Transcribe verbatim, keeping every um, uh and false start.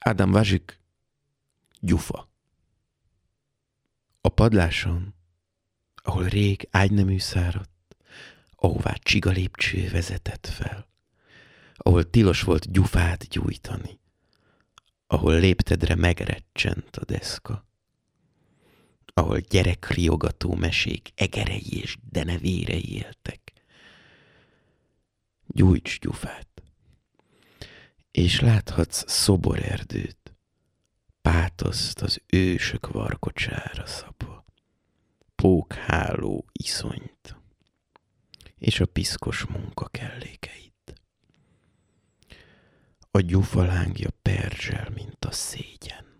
Ádám Vazsik, gyufa. A padláson, ahol rég ágynemű száradt, ahová csiga lépcső vezetett fel, ahol tilos volt gyufát gyújtani, ahol léptedre megrecsent a deszka, ahol gyerekriogató mesék egerei és denevérei éltek. Gyújts gyufát, és láthatsz szoborerdőt, pátoszt az ősök varkocsára szabva, pókháló iszonyt, és a piszkos munka kellékeit. A gyufa lángja perzsel, mint a szégyen.